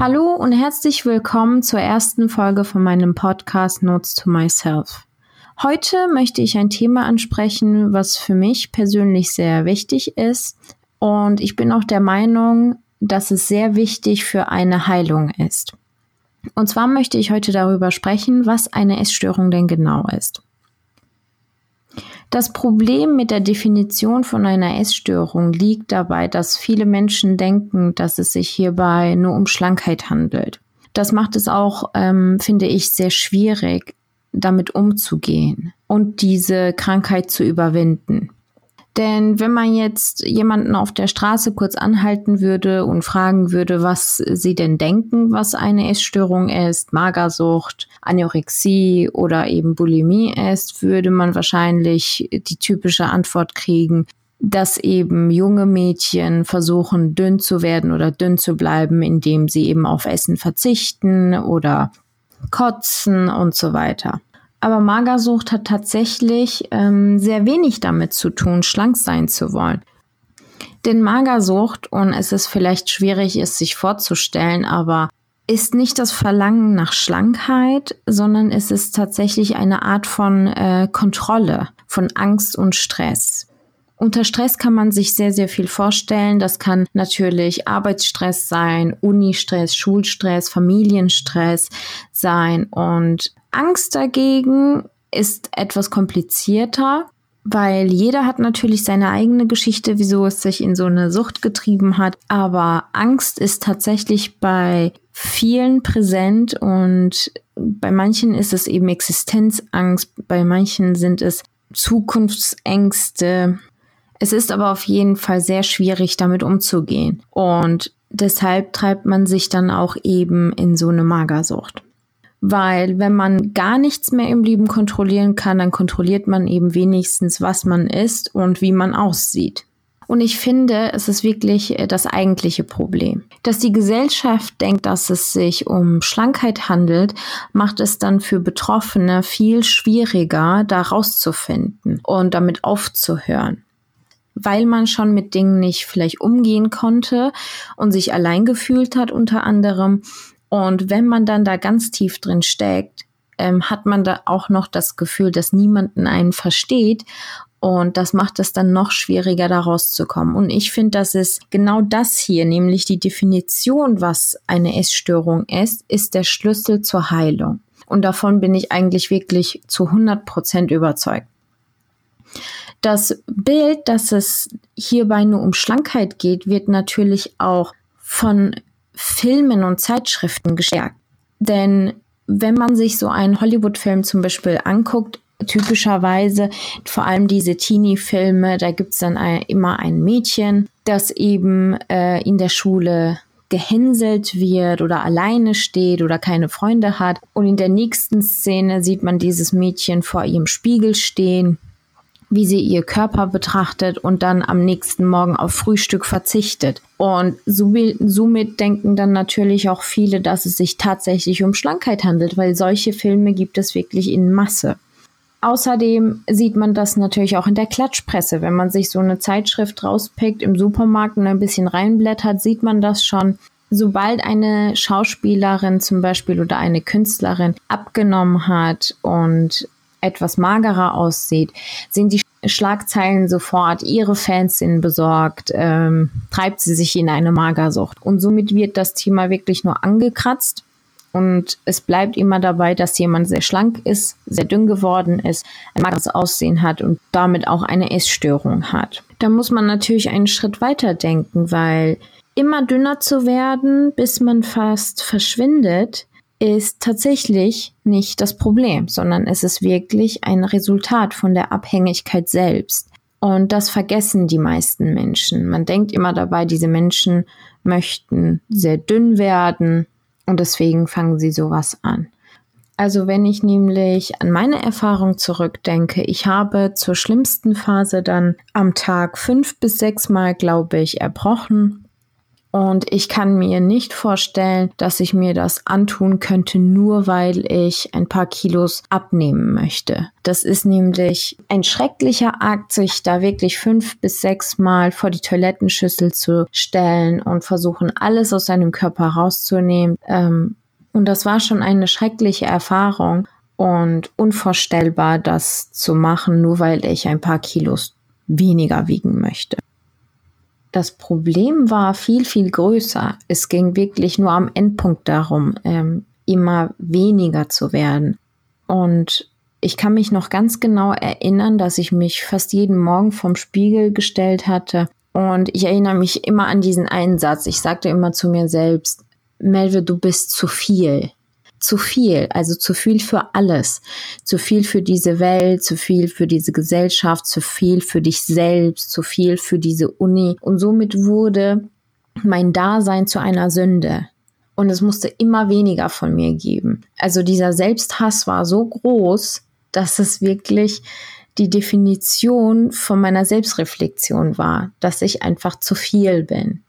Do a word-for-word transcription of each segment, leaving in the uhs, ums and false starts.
Hallo und herzlich willkommen zur ersten Folge von meinem Podcast Notes to Myself. Heute möchte ich ein Thema ansprechen, was für mich persönlich sehr wichtig ist, und ich bin auch der Meinung, dass es sehr wichtig für eine Heilung ist. Und zwar möchte ich heute darüber sprechen, was eine Essstörung denn genau ist. Das Problem mit der Definition von einer Essstörung liegt dabei, dass viele Menschen denken, dass es sich hierbei nur um Schlankheit handelt. Das macht es auch, ähm, finde ich, sehr schwierig, damit umzugehen und diese Krankheit zu überwinden. Denn wenn man jetzt jemanden auf der Straße kurz anhalten würde und fragen würde, was sie denn denken, was eine Essstörung ist, Magersucht, Anorexie oder eben Bulimie ist, würde man wahrscheinlich die typische Antwort kriegen, dass eben junge Mädchen versuchen, dünn zu werden oder dünn zu bleiben, indem sie eben auf Essen verzichten oder kotzen und so weiter. Aber Magersucht hat tatsächlich ähm, sehr wenig damit zu tun, schlank sein zu wollen. Denn Magersucht, und es ist vielleicht schwierig, es sich vorzustellen, aber ist nicht das Verlangen nach Schlankheit, sondern es ist tatsächlich eine Art von äh, Kontrolle, von Angst und Stress. Unter Stress kann man sich sehr, sehr viel vorstellen. Das kann natürlich Arbeitsstress sein, Unistress, Schulstress, Familienstress sein. Und Angst dagegen ist etwas komplizierter, weil jeder hat natürlich seine eigene Geschichte, wieso es sich in so eine Sucht getrieben hat. Aber Angst ist tatsächlich bei vielen präsent, und bei manchen ist es eben Existenzangst, bei manchen sind es Zukunftsängste. Es ist aber auf jeden Fall sehr schwierig, damit umzugehen. Und deshalb treibt man sich dann auch eben in so eine Magersucht. Weil wenn man gar nichts mehr im Leben kontrollieren kann, dann kontrolliert man eben wenigstens, was man isst und wie man aussieht. Und ich finde, es ist wirklich das eigentliche Problem. Dass die Gesellschaft denkt, dass es sich um Schlankheit handelt, macht es dann für Betroffene viel schwieriger, da rauszufinden und damit aufzuhören. Weil man schon mit Dingen nicht vielleicht umgehen konnte und sich allein gefühlt hat unter anderem. Und wenn man dann da ganz tief drin steckt, ähm, hat man da auch noch das Gefühl, dass niemanden einen versteht. Und das macht es dann noch schwieriger, da rauszukommen. Und ich finde, dass es genau das hier, nämlich die Definition, was eine Essstörung ist, ist der Schlüssel zur Heilung. Und davon bin ich eigentlich wirklich zu hundert Prozent überzeugt. Das Bild, dass es hierbei nur um Schlankheit geht, wird natürlich auch von Filmen und Zeitschriften gestärkt. Denn wenn man sich so einen Hollywood-Film zum Beispiel anguckt, typischerweise vor allem diese Teenie-Filme, da gibt es dann ein, immer ein Mädchen, das eben äh, in der Schule gehänselt wird oder alleine steht oder keine Freunde hat. Und in der nächsten Szene sieht man dieses Mädchen vor ihrem Spiegel stehen, wie sie ihr Körper betrachtet und dann am nächsten Morgen auf Frühstück verzichtet. Und somit denken dann natürlich auch viele, dass es sich tatsächlich um Schlankheit handelt, weil solche Filme gibt es wirklich in Masse. Außerdem sieht man das natürlich auch in der Klatschpresse. Wenn man sich so eine Zeitschrift rauspickt im Supermarkt und ein bisschen reinblättert, sieht man das schon. Sobald eine Schauspielerin zum Beispiel oder eine Künstlerin abgenommen hat und etwas magerer aussieht, sind die Schlagzeilen sofort, ihre Fans sind besorgt, ähm, treibt sie sich in eine Magersucht. Und somit wird das Thema wirklich nur angekratzt und es bleibt immer dabei, dass jemand sehr schlank ist, sehr dünn geworden ist, ein mageres Aussehen hat und damit auch eine Essstörung hat. Da muss man natürlich einen Schritt weiter denken, weil immer dünner zu werden, bis man fast verschwindet, ist tatsächlich nicht das Problem, sondern es ist wirklich ein Resultat von der Abhängigkeit selbst. Und das vergessen die meisten Menschen. Man denkt immer dabei, diese Menschen möchten sehr dünn werden und deswegen fangen sie sowas an. Also wenn ich nämlich an meine Erfahrung zurückdenke, ich habe zur schlimmsten Phase dann am Tag fünf bis sechs Mal, glaube ich, erbrochen. Und ich kann mir nicht vorstellen, dass ich mir das antun könnte, nur weil ich ein paar Kilos abnehmen möchte. Das ist nämlich ein schrecklicher Akt, sich da wirklich fünf bis sechs Mal vor die Toilettenschüssel zu stellen und versuchen, alles aus seinem Körper rauszunehmen. Ähm, und das war schon eine schreckliche Erfahrung und unvorstellbar, das zu machen, nur weil ich ein paar Kilos weniger wiegen möchte. Das Problem war viel, viel größer. Es ging wirklich nur am Endpunkt darum, ähm, immer weniger zu werden. Und ich kann mich noch ganz genau erinnern, dass ich mich fast jeden Morgen vorm Spiegel gestellt hatte. Und ich erinnere mich immer an diesen einen Satz. Ich sagte immer zu mir selbst, Melve, du bist zu viel. Zu viel, also zu viel für alles. Zu viel für diese Welt, zu viel für diese Gesellschaft, zu viel für dich selbst, zu viel für diese Uni. Und somit wurde mein Dasein zu einer Sünde. Und es musste immer weniger von mir geben. Also dieser Selbsthass war so groß, dass es wirklich die Definition von meiner Selbstreflexion war, dass ich einfach zu viel bin.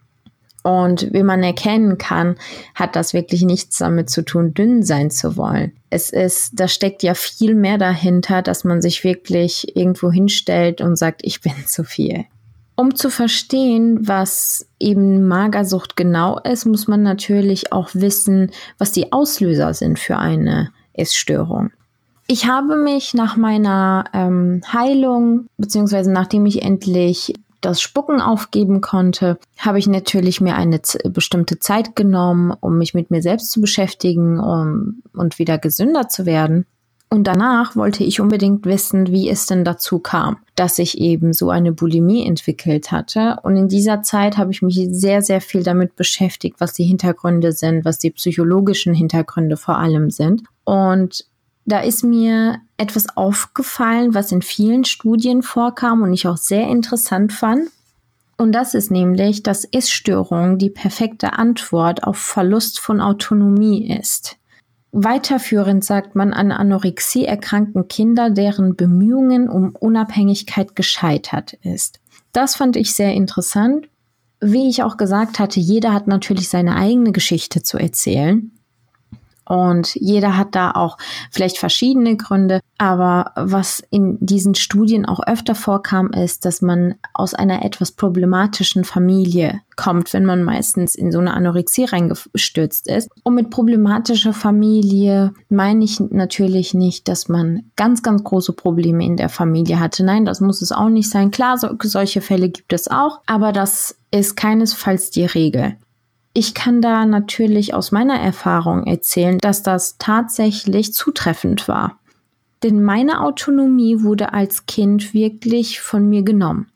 Und wie man erkennen kann, hat das wirklich nichts damit zu tun, dünn sein zu wollen. Es ist, da steckt ja viel mehr dahinter, dass man sich wirklich irgendwo hinstellt und sagt, ich bin zu viel. Um zu verstehen, was eben Magersucht genau ist, muss man natürlich auch wissen, was die Auslöser sind für eine Essstörung. Ich habe mich nach meiner ähm, Heilung, beziehungsweise nachdem ich endlich das Spucken aufgeben konnte, habe ich natürlich mir eine z- bestimmte Zeit genommen, um mich mit mir selbst zu beschäftigen um, und wieder gesünder zu werden. Und danach wollte ich unbedingt wissen, wie es denn dazu kam, dass ich eben so eine Bulimie entwickelt hatte. Und in dieser Zeit habe ich mich sehr, sehr viel damit beschäftigt, was die Hintergründe sind, was die psychologischen Hintergründe vor allem sind. Und da ist mir etwas aufgefallen, was in vielen Studien vorkam und ich auch sehr interessant fand. Und das ist nämlich, dass Essstörung die perfekte Antwort auf Verlust von Autonomie ist. Weiterführend sagt man an Anorexie erkrankten Kinder, deren Bemühungen um Unabhängigkeit gescheitert ist. Das fand ich sehr interessant. Wie ich auch gesagt hatte, jeder hat natürlich seine eigene Geschichte zu erzählen. Und jeder hat da auch vielleicht verschiedene Gründe. Aber was in diesen Studien auch öfter vorkam, ist, dass man aus einer etwas problematischen Familie kommt, wenn man meistens in so eine Anorexie reingestürzt ist. Und mit problematischer Familie meine ich natürlich nicht, dass man ganz, ganz große Probleme in der Familie hatte. Nein, das muss es auch nicht sein. Klar, so, solche Fälle gibt es auch, aber das ist keinesfalls die Regel. Ich kann da natürlich aus meiner Erfahrung erzählen, dass das tatsächlich zutreffend war. Denn meine Autonomie wurde als Kind wirklich von mir genommen.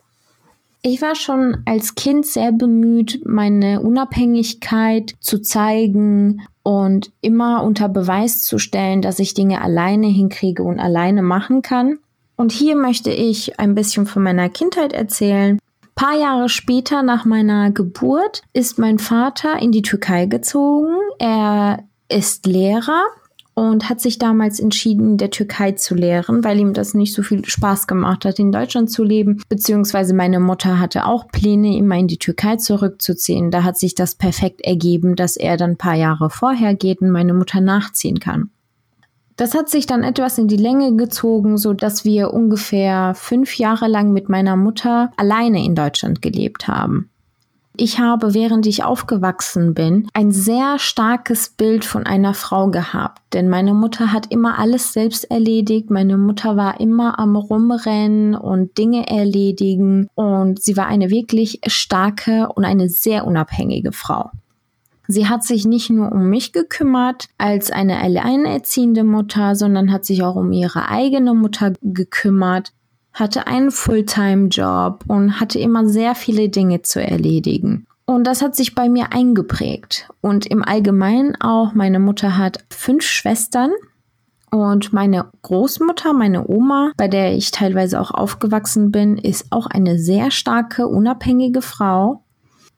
Ich war schon als Kind sehr bemüht, meine Unabhängigkeit zu zeigen und immer unter Beweis zu stellen, dass ich Dinge alleine hinkriege und alleine machen kann. Und hier möchte ich ein bisschen von meiner Kindheit erzählen. Ein paar Jahre später nach meiner Geburt ist mein Vater in die Türkei gezogen. Er ist Lehrer und hat sich damals entschieden, in der Türkei zu lehren, weil ihm das nicht so viel Spaß gemacht hat, in Deutschland zu leben. Beziehungsweise meine Mutter hatte auch Pläne, immer in die Türkei zurückzuziehen. Da hat sich das perfekt ergeben, dass er dann ein paar Jahre vorher geht und meine Mutter nachziehen kann. Das hat sich dann etwas in die Länge gezogen, so dass wir ungefähr fünf Jahre lang mit meiner Mutter alleine in Deutschland gelebt haben. Ich habe, während ich aufgewachsen bin, ein sehr starkes Bild von einer Frau gehabt, denn meine Mutter hat immer alles selbst erledigt. Meine Mutter war immer am Rumrennen und Dinge erledigen und sie war eine wirklich starke und eine sehr unabhängige Frau. Sie hat sich nicht nur um mich gekümmert als eine alleinerziehende Mutter, sondern hat sich auch um ihre eigene Mutter gekümmert, hatte einen Fulltime-Job und hatte immer sehr viele Dinge zu erledigen. Und das hat sich bei mir eingeprägt. Und im Allgemeinen auch, meine Mutter hat fünf Schwestern und meine Großmutter, meine Oma, bei der ich teilweise auch aufgewachsen bin, ist auch eine sehr starke, unabhängige Frau.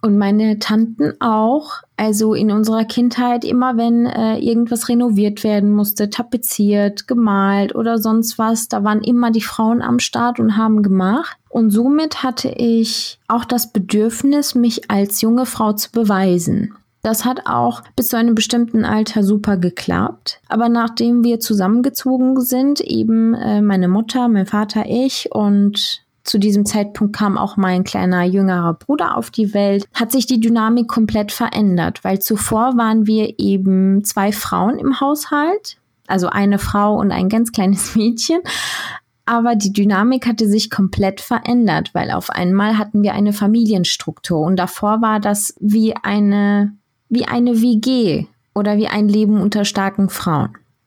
Und meine Tanten auch. Also in unserer Kindheit, immer wenn äh, irgendwas renoviert werden musste, tapeziert, gemalt oder sonst was, da waren immer die Frauen am Start und haben gemacht. Und somit hatte ich auch das Bedürfnis, mich als junge Frau zu beweisen. Das hat auch bis zu einem bestimmten Alter super geklappt. Aber nachdem wir zusammengezogen sind, eben äh, meine Mutter, mein Vater, ich und zu diesem Zeitpunkt kam auch mein kleiner jüngerer Bruder auf die Welt, hat sich die Dynamik komplett verändert, weil zuvor waren wir eben zwei Frauen im Haushalt, also eine Frau und ein ganz kleines Mädchen. Aber die Dynamik hatte sich komplett verändert, weil auf einmal hatten wir eine Familienstruktur und davor war das wie eine, wie eine W G oder wie ein Leben unter starken Frauen.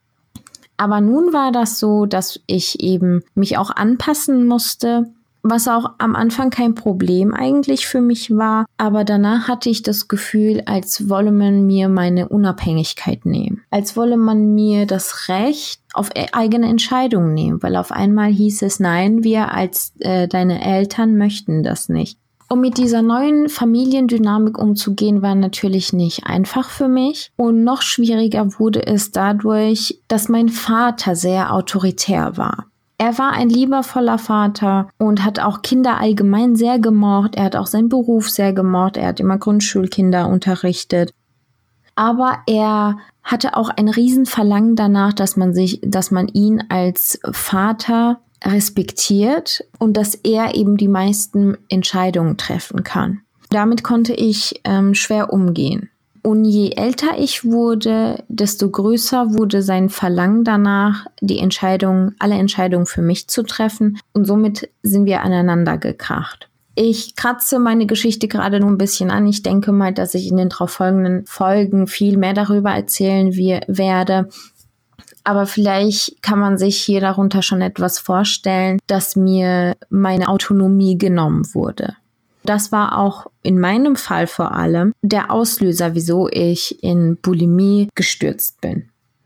Aber nun war das so, dass ich eben mich auch anpassen musste, was auch am Anfang kein Problem eigentlich für mich war. Aber danach hatte ich das Gefühl, als wolle man mir meine Unabhängigkeit nehmen. Als wolle man mir das Recht auf eigene Entscheidungen nehmen. Weil auf einmal hieß es, nein, wir als äh, deine Eltern möchten das nicht. Um mit dieser neuen Familiendynamik umzugehen, war natürlich nicht einfach für mich. Und noch schwieriger wurde es dadurch, dass mein Vater sehr autoritär war. Er war ein liebevoller Vater und hat auch Kinder allgemein sehr gemocht. Er hat auch seinen Beruf sehr gemocht. Er hat immer Grundschulkinder unterrichtet. Aber er hatte auch ein Riesenverlangen danach, dass man sich, dass man ihn als Vater respektiert und dass er eben die meisten Entscheidungen treffen kann. Damit konnte ich ähm, schwer umgehen. Und je älter ich wurde, desto größer wurde sein Verlangen danach, die Entscheidung, alle Entscheidungen für mich zu treffen. Und somit sind wir aneinander gekracht. Ich kratze meine Geschichte gerade nur ein bisschen an. Ich denke mal, dass ich in den darauf folgenden Folgen viel mehr darüber erzählen wir, werde. Aber vielleicht kann man sich hier darunter schon etwas vorstellen, dass mir meine Autonomie genommen wurde. Das war auch in meinem Fall vor allem der Auslöser, wieso ich in Bulimie gestürzt bin.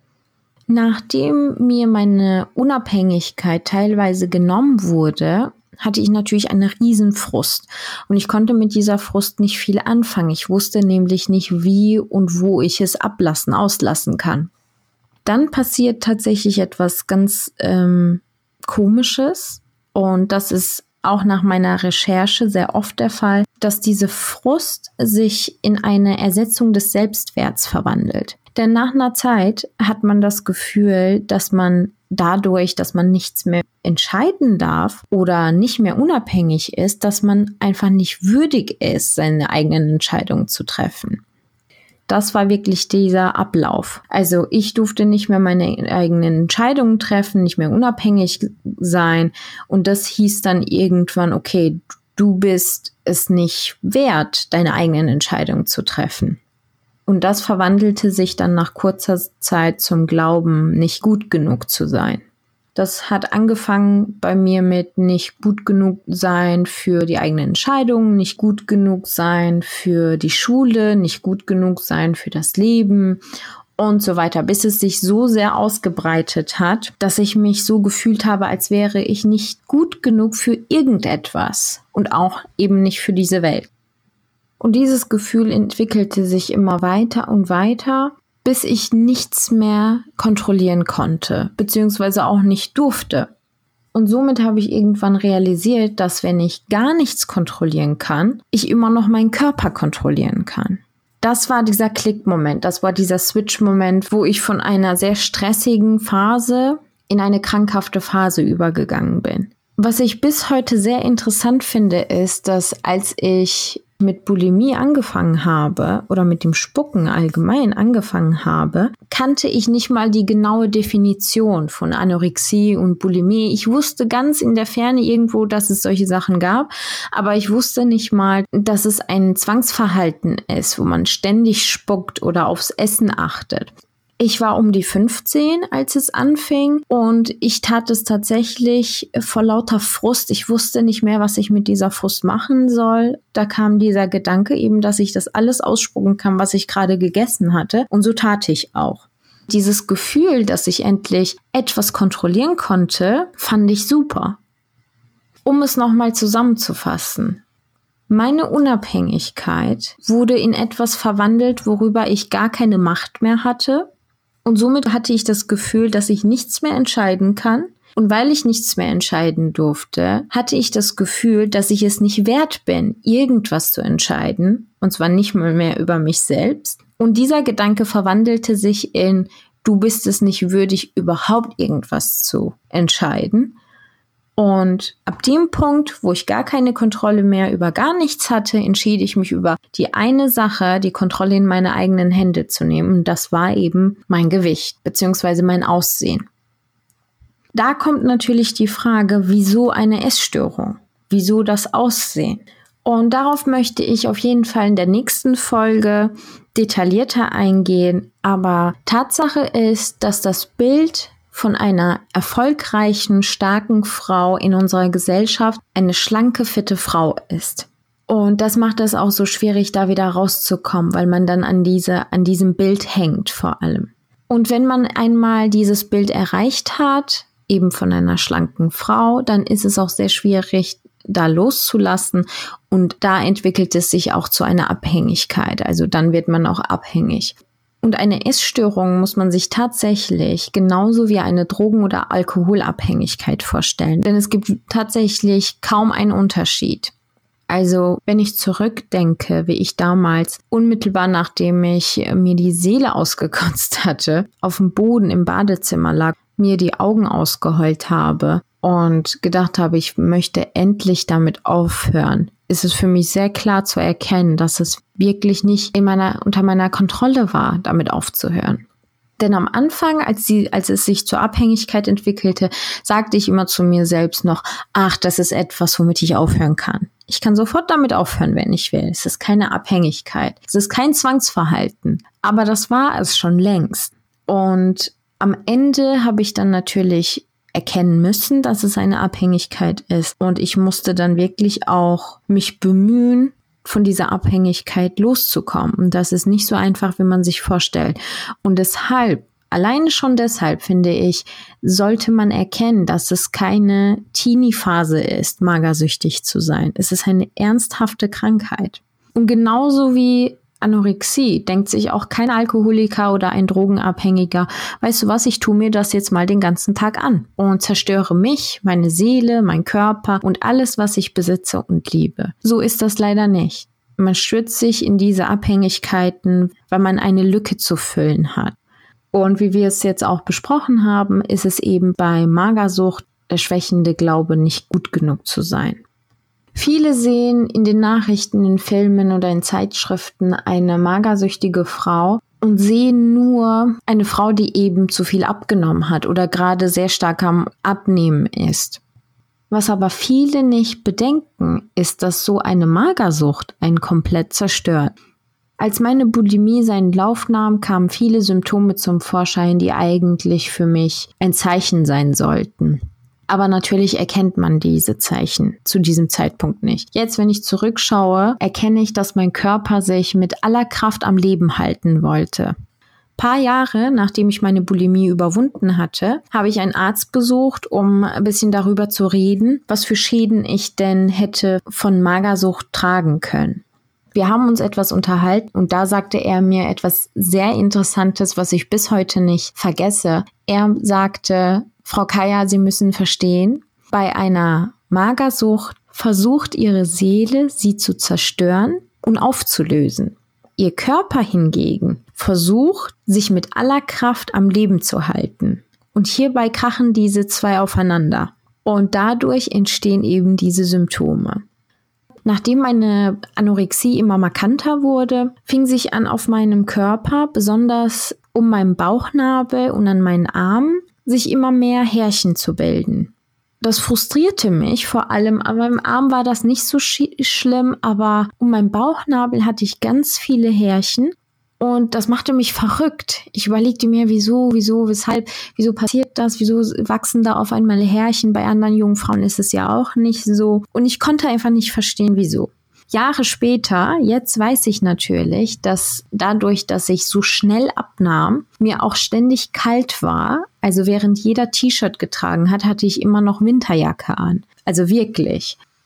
Nachdem mir meine Unabhängigkeit teilweise genommen wurde, hatte ich natürlich einen riesen Frust. Und ich konnte mit dieser Frust nicht viel anfangen. Ich wusste nämlich nicht, wie und wo ich es ablassen, auslassen kann. Dann passiert tatsächlich etwas ganz ähm, Komisches. Und das ist auch nach meiner Recherche sehr oft der Fall, dass diese Frust sich in eine Ersetzung des Selbstwerts verwandelt. Denn nach einer Zeit hat man das Gefühl, dass man dadurch, dass man nichts mehr entscheiden darf oder nicht mehr unabhängig ist, dass man einfach nicht würdig ist, seine eigenen Entscheidungen zu treffen. Das war wirklich dieser Ablauf. Also ich durfte nicht mehr meine eigenen Entscheidungen treffen, nicht mehr unabhängig sein. Und das hieß dann irgendwann, okay, du bist es nicht wert, deine eigenen Entscheidungen zu treffen. Und das verwandelte sich dann nach kurzer Zeit zum Glauben, nicht gut genug zu sein. Das hat angefangen bei mir mit nicht gut genug sein für die eigenen Entscheidungen, nicht gut genug sein für die Schule, nicht gut genug sein für das Leben und so weiter, bis es sich so sehr ausgebreitet hat, dass ich mich so gefühlt habe, als wäre ich nicht gut genug für irgendetwas und auch eben nicht für diese Welt. Und dieses Gefühl entwickelte sich immer weiter und weiter, bis ich nichts mehr kontrollieren konnte, beziehungsweise auch nicht durfte. Und somit habe ich irgendwann realisiert, dass wenn ich gar nichts kontrollieren kann, ich immer noch meinen Körper kontrollieren kann. Das war dieser Klickmoment, das war dieser Switch-Moment, wo ich von einer sehr stressigen Phase in eine krankhafte Phase übergegangen bin. Was ich bis heute sehr interessant finde, ist, dass als ich mit Bulimie angefangen habe oder mit dem Spucken allgemein angefangen habe, kannte ich nicht mal die genaue Definition von Anorexie und Bulimie. Ich wusste ganz in der Ferne irgendwo, dass es solche Sachen gab, aber ich wusste nicht mal, dass es ein Zwangsverhalten ist, wo man ständig spuckt oder aufs Essen achtet. Ich war um die fünfzehn, als es anfing, und ich tat es tatsächlich vor lauter Frust. Ich wusste nicht mehr, was ich mit dieser Frust machen soll. Da kam dieser Gedanke eben, dass ich das alles ausspucken kann, was ich gerade gegessen hatte. Und so tat ich auch. Dieses Gefühl, dass ich endlich etwas kontrollieren konnte, fand ich super. Um es nochmal zusammenzufassen. Meine Unabhängigkeit wurde in etwas verwandelt, worüber ich gar keine Macht mehr hatte. Und somit hatte ich das Gefühl, dass ich nichts mehr entscheiden kann. Und weil ich nichts mehr entscheiden durfte, hatte ich das Gefühl, dass ich es nicht wert bin, irgendwas zu entscheiden. Und zwar nicht mal mehr über mich selbst. Und dieser Gedanke verwandelte sich in, du bist es nicht würdig, überhaupt irgendwas zu entscheiden. Und ab dem Punkt, wo ich gar keine Kontrolle mehr über gar nichts hatte, entschied ich mich über die eine Sache, die Kontrolle in meine eigenen Hände zu nehmen. Und das war eben mein Gewicht bzw. mein Aussehen. Da kommt natürlich die Frage, wieso eine Essstörung? Wieso das Aussehen? Und darauf möchte ich auf jeden Fall in der nächsten Folge detaillierter eingehen. Aber Tatsache ist, dass das Bild von einer erfolgreichen, starken Frau in unserer Gesellschaft eine schlanke, fitte Frau ist. Und das macht es auch so schwierig, da wieder rauszukommen, weil man dann an diese, an diesem Bild hängt vor allem. Und wenn man einmal dieses Bild erreicht hat, eben von einer schlanken Frau, dann ist es auch sehr schwierig, da loszulassen. Und da entwickelt es sich auch zu einer Abhängigkeit. Also dann wird man auch abhängig. Und eine Essstörung muss man sich tatsächlich genauso wie eine Drogen- oder Alkoholabhängigkeit vorstellen. Denn es gibt tatsächlich kaum einen Unterschied. Also wenn ich zurückdenke, wie ich damals unmittelbar nachdem ich mir die Seele ausgekotzt hatte, auf dem Boden im Badezimmer lag, mir die Augen ausgeheult habe und gedacht habe, ich möchte endlich damit aufhören, ist es für mich sehr klar zu erkennen, dass es wirklich nicht in meiner, unter meiner Kontrolle war, damit aufzuhören. Denn am Anfang, als, sie, als es sich zur Abhängigkeit entwickelte, sagte ich immer zu mir selbst noch, ach, das ist etwas, womit ich aufhören kann. Ich kann sofort damit aufhören, wenn ich will. Es ist keine Abhängigkeit. Es ist kein Zwangsverhalten. Aber das war es schon längst. Und am Ende habe ich dann natürlich erkennen müssen, dass es eine Abhängigkeit ist. Und ich musste dann wirklich auch mich bemühen, von dieser Abhängigkeit loszukommen. Und das ist nicht so einfach, wie man sich vorstellt. Und deshalb, alleine schon deshalb, finde ich, sollte man erkennen, dass es keine Teenie-Phase ist, magersüchtig zu sein. Es ist eine ernsthafte Krankheit. Und genauso wie Anorexie denkt sich auch kein Alkoholiker oder ein Drogenabhängiger, weißt du was, ich tue mir das jetzt mal den ganzen Tag an und zerstöre mich, meine Seele, mein Körper und alles, was ich besitze und liebe. So ist das leider nicht. Man stürzt sich in diese Abhängigkeiten, weil man eine Lücke zu füllen hat. Und wie wir es jetzt auch besprochen haben, ist es eben bei Magersucht der schwächende Glaube, nicht gut genug zu sein. Viele sehen in den Nachrichten, in Filmen oder in Zeitschriften eine magersüchtige Frau und sehen nur eine Frau, die eben zu viel abgenommen hat oder gerade sehr stark am Abnehmen ist. Was aber viele nicht bedenken, ist, dass so eine Magersucht einen komplett zerstört. Als meine Bulimie seinen Lauf nahm, kamen viele Symptome zum Vorschein, die eigentlich für mich ein Zeichen sein sollten. Aber natürlich erkennt man diese Zeichen zu diesem Zeitpunkt nicht. Jetzt, wenn ich zurückschaue, erkenne ich, dass mein Körper sich mit aller Kraft am Leben halten wollte. Ein paar Jahre, nachdem ich meine Bulimie überwunden hatte, habe ich einen Arzt besucht, um ein bisschen darüber zu reden, was für Schäden ich denn hätte von Magersucht tragen können. Wir haben uns etwas unterhalten und da sagte er mir etwas sehr Interessantes, was ich bis heute nicht vergesse. Er sagte, Frau Kaya, Sie müssen verstehen, bei einer Magersucht versucht Ihre Seele, sie zu zerstören und aufzulösen. Ihr Körper hingegen versucht, sich mit aller Kraft am Leben zu halten. Und hierbei krachen diese zwei aufeinander. Und dadurch entstehen eben diese Symptome. Nachdem meine Anorexie immer markanter wurde, fing sich an, auf meinem Körper, besonders um meinen Bauchnabel und an meinen Armen, sich immer mehr Härchen zu bilden. Das frustrierte mich vor allem, an meinem Arm war das nicht so sch- schlimm, aber um meinen Bauchnabel hatte ich ganz viele Härchen und das machte mich verrückt. Ich überlegte mir, wieso, wieso, weshalb, wieso passiert das, wieso wachsen da auf einmal Härchen, bei anderen jungen Frauen ist es ja auch nicht so und ich konnte einfach nicht verstehen, wieso. Jahre später, jetzt weiß ich natürlich, dass dadurch, dass ich so schnell abnahm, mir auch ständig kalt war. Also während jeder T-Shirt getragen hat, hatte ich immer noch Winterjacke an. Also wirklich.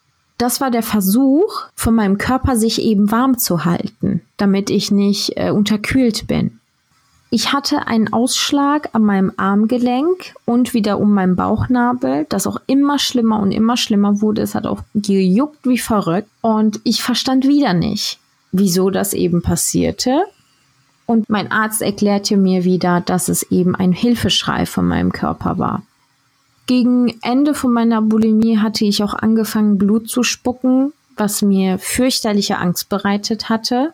das war der Versuch von meinem Körper, sich eben warm zu halten, damit ich nicht äh, unterkühlt bin. Ich hatte einen Ausschlag an meinem Armgelenk und wieder um meinen Bauchnabel, das auch immer schlimmer und immer schlimmer wurde. Es hat auch gejuckt wie verrückt und ich verstand wieder nicht, wieso das eben passierte. Und mein Arzt erklärte mir wieder, dass es eben ein Hilfeschrei von meinem Körper war. Gegen Ende von meiner Bulimie hatte ich auch angefangen, Blut zu spucken, was mir fürchterliche Angst bereitet hatte.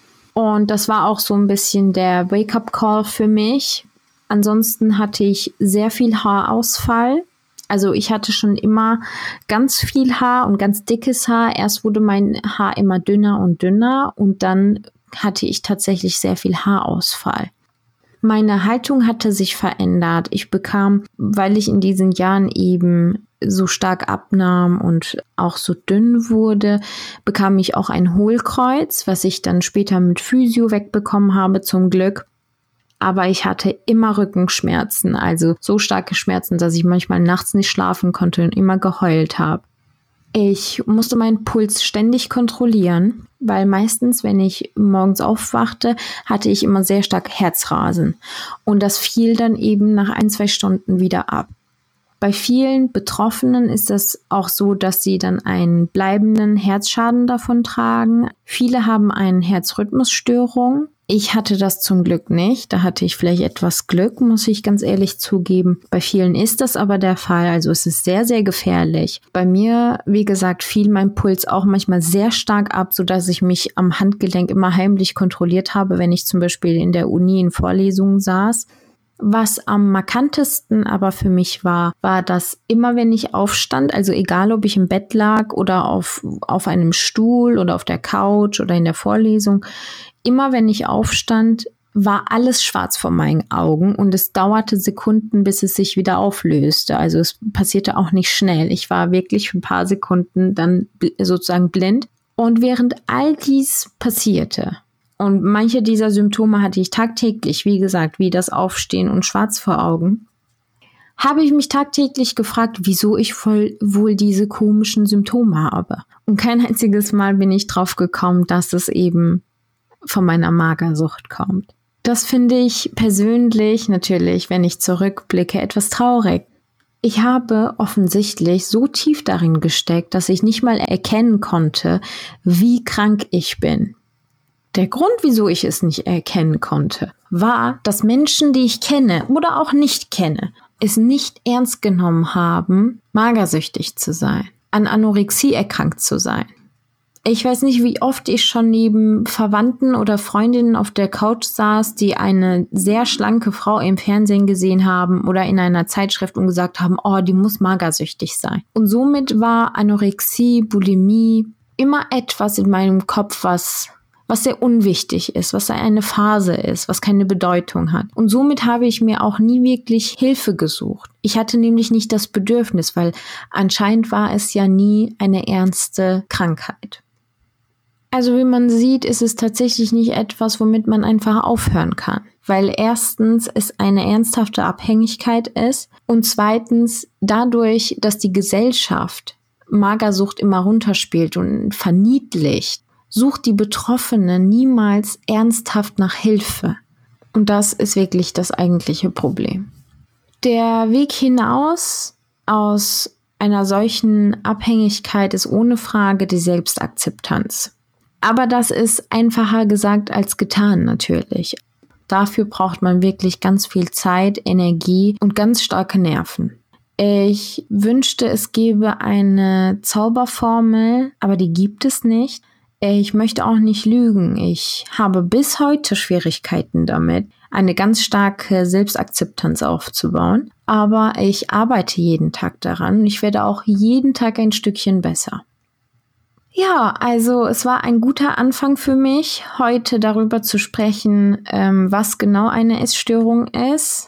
Und das war auch so ein bisschen der Wake-up-Call für mich. Ansonsten hatte ich sehr viel Haarausfall. Also ich hatte schon immer ganz viel Haar und ganz dickes Haar. Erst wurde mein Haar immer dünner und dünner und dann hatte ich tatsächlich sehr viel Haarausfall. Meine Haltung hatte sich verändert. Ich bekam, weil ich in diesen Jahren eben so stark abnahm und auch so dünn wurde, bekam ich auch ein Hohlkreuz, was ich dann später mit Physio wegbekommen habe, zum Glück. Aber ich hatte immer Rückenschmerzen, also so starke Schmerzen, dass ich manchmal nachts nicht schlafen konnte und immer geheult habe. Ich musste meinen Puls ständig kontrollieren, weil meistens, wenn ich morgens aufwachte, hatte ich immer sehr stark Herzrasen. Und das fiel dann eben nach ein, zwei Stunden wieder ab. Bei vielen Betroffenen ist es auch so, dass sie dann einen bleibenden Herzschaden davon tragen. Viele haben eine Herzrhythmusstörung. Ich hatte das zum Glück nicht. Da hatte ich vielleicht etwas Glück, muss ich ganz ehrlich zugeben. Bei vielen ist das aber der Fall. Also es ist sehr, sehr gefährlich. Bei mir, wie gesagt, fiel mein Puls auch manchmal sehr stark ab, sodass ich mich am Handgelenk immer heimlich kontrolliert habe, wenn ich zum Beispiel in der Uni in Vorlesungen saß. Was am markantesten aber für mich war, war, dass immer wenn ich aufstand, also egal ob ich im Bett lag oder auf, auf einem Stuhl oder auf der Couch oder in der Vorlesung, immer wenn ich aufstand, war alles schwarz vor meinen Augen und es dauerte Sekunden, bis es sich wieder auflöste. Also es passierte auch nicht schnell. Ich war wirklich für ein paar Sekunden dann sozusagen blind. Und während all dies passierte, und manche dieser Symptome hatte ich tagtäglich, wie gesagt, wie das Aufstehen und schwarz vor Augen, habe ich mich tagtäglich gefragt, wieso ich voll wohl diese komischen Symptome habe. Und kein einziges Mal bin ich drauf gekommen, dass es eben von meiner Magersucht kommt. Das finde ich persönlich natürlich, wenn ich zurückblicke, etwas traurig. Ich habe offensichtlich so tief darin gesteckt, dass ich nicht mal erkennen konnte, wie krank ich bin. Der Grund, wieso ich es nicht erkennen konnte, war, dass Menschen, die ich kenne oder auch nicht kenne, es nicht ernst genommen haben, magersüchtig zu sein, an Anorexie erkrankt zu sein. Ich weiß nicht, wie oft ich schon neben Verwandten oder Freundinnen auf der Couch saß, die eine sehr schlanke Frau im Fernsehen gesehen haben oder in einer Zeitschrift und gesagt haben, oh, die muss magersüchtig sein. Und somit war Anorexie, Bulimie immer etwas in meinem Kopf, was was sehr unwichtig ist, was eine Phase ist, was keine Bedeutung hat. Und somit habe ich mir auch nie wirklich Hilfe gesucht. Ich hatte nämlich nicht das Bedürfnis, weil anscheinend war es ja nie eine ernste Krankheit. Also wie man sieht, ist es tatsächlich nicht etwas, womit man einfach aufhören kann. Weil erstens es eine ernsthafte Abhängigkeit ist und zweitens dadurch, dass die Gesellschaft Magersucht immer runterspielt und verniedlicht, sucht die Betroffene niemals ernsthaft nach Hilfe. Und das ist wirklich das eigentliche Problem. Der Weg hinaus aus einer solchen Abhängigkeit ist ohne Frage die Selbstakzeptanz. Aber das ist einfacher gesagt als getan natürlich. Dafür braucht man wirklich ganz viel Zeit, Energie und ganz starke Nerven. Ich wünschte, es gäbe eine Zauberformel, aber die gibt es nicht. Ich möchte auch nicht lügen. Ich habe bis heute Schwierigkeiten damit, eine ganz starke Selbstakzeptanz aufzubauen. Aber ich arbeite jeden Tag daran und ich werde auch jeden Tag ein Stückchen besser. Ja, also es war ein guter Anfang für mich, heute darüber zu sprechen, ähm, was genau eine Essstörung ist.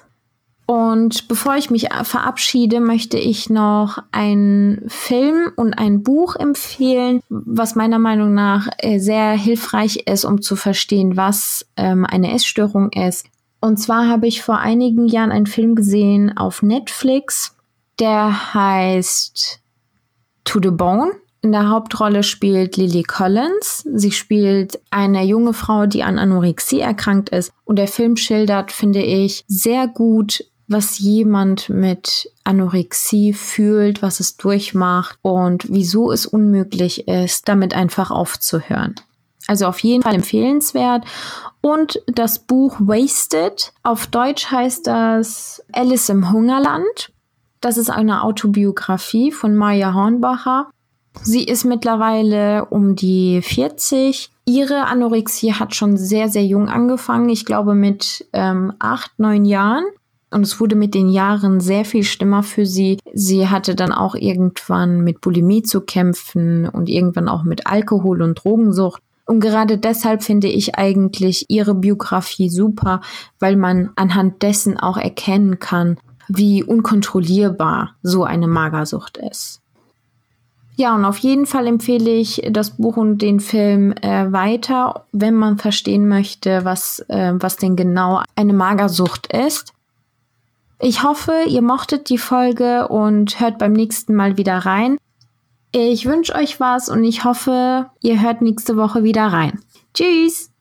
Und bevor ich mich verabschiede, möchte ich noch einen Film und ein Buch empfehlen, was meiner Meinung nach sehr hilfreich ist, um zu verstehen, was ähm, eine Essstörung ist. Und zwar habe ich vor einigen Jahren einen Film gesehen auf Netflix, der heißt To the Bone. In der Hauptrolle spielt Lily Collins. Sie spielt eine junge Frau, die an Anorexie erkrankt ist. Und der Film schildert, finde ich, sehr gut, was jemand mit Anorexie fühlt, was es durchmacht und wieso es unmöglich ist, damit einfach aufzuhören. Also auf jeden Fall empfehlenswert. Und das Buch Wasted, auf Deutsch heißt das Alice im Hungerland. Das ist eine Autobiografie von Maya Hornbacher. Sie ist mittlerweile um die vierzig. Ihre Anorexie hat schon sehr, sehr jung angefangen. Ich glaube mit ähm, acht, neun Jahren. Und es wurde mit den Jahren sehr viel schlimmer für sie. Sie hatte dann auch irgendwann mit Bulimie zu kämpfen und irgendwann auch mit Alkohol- und Drogensucht. Und gerade deshalb finde ich eigentlich ihre Biografie super, weil man anhand dessen auch erkennen kann, wie unkontrollierbar so eine Magersucht ist. Ja, und auf jeden Fall empfehle ich das Buch und den Film äh, weiter, wenn man verstehen möchte, was, äh, was denn genau eine Magersucht ist. Ich hoffe, ihr mochtet die Folge und hört beim nächsten Mal wieder rein. Ich wünsche euch was und ich hoffe, ihr hört nächste Woche wieder rein. Tschüss!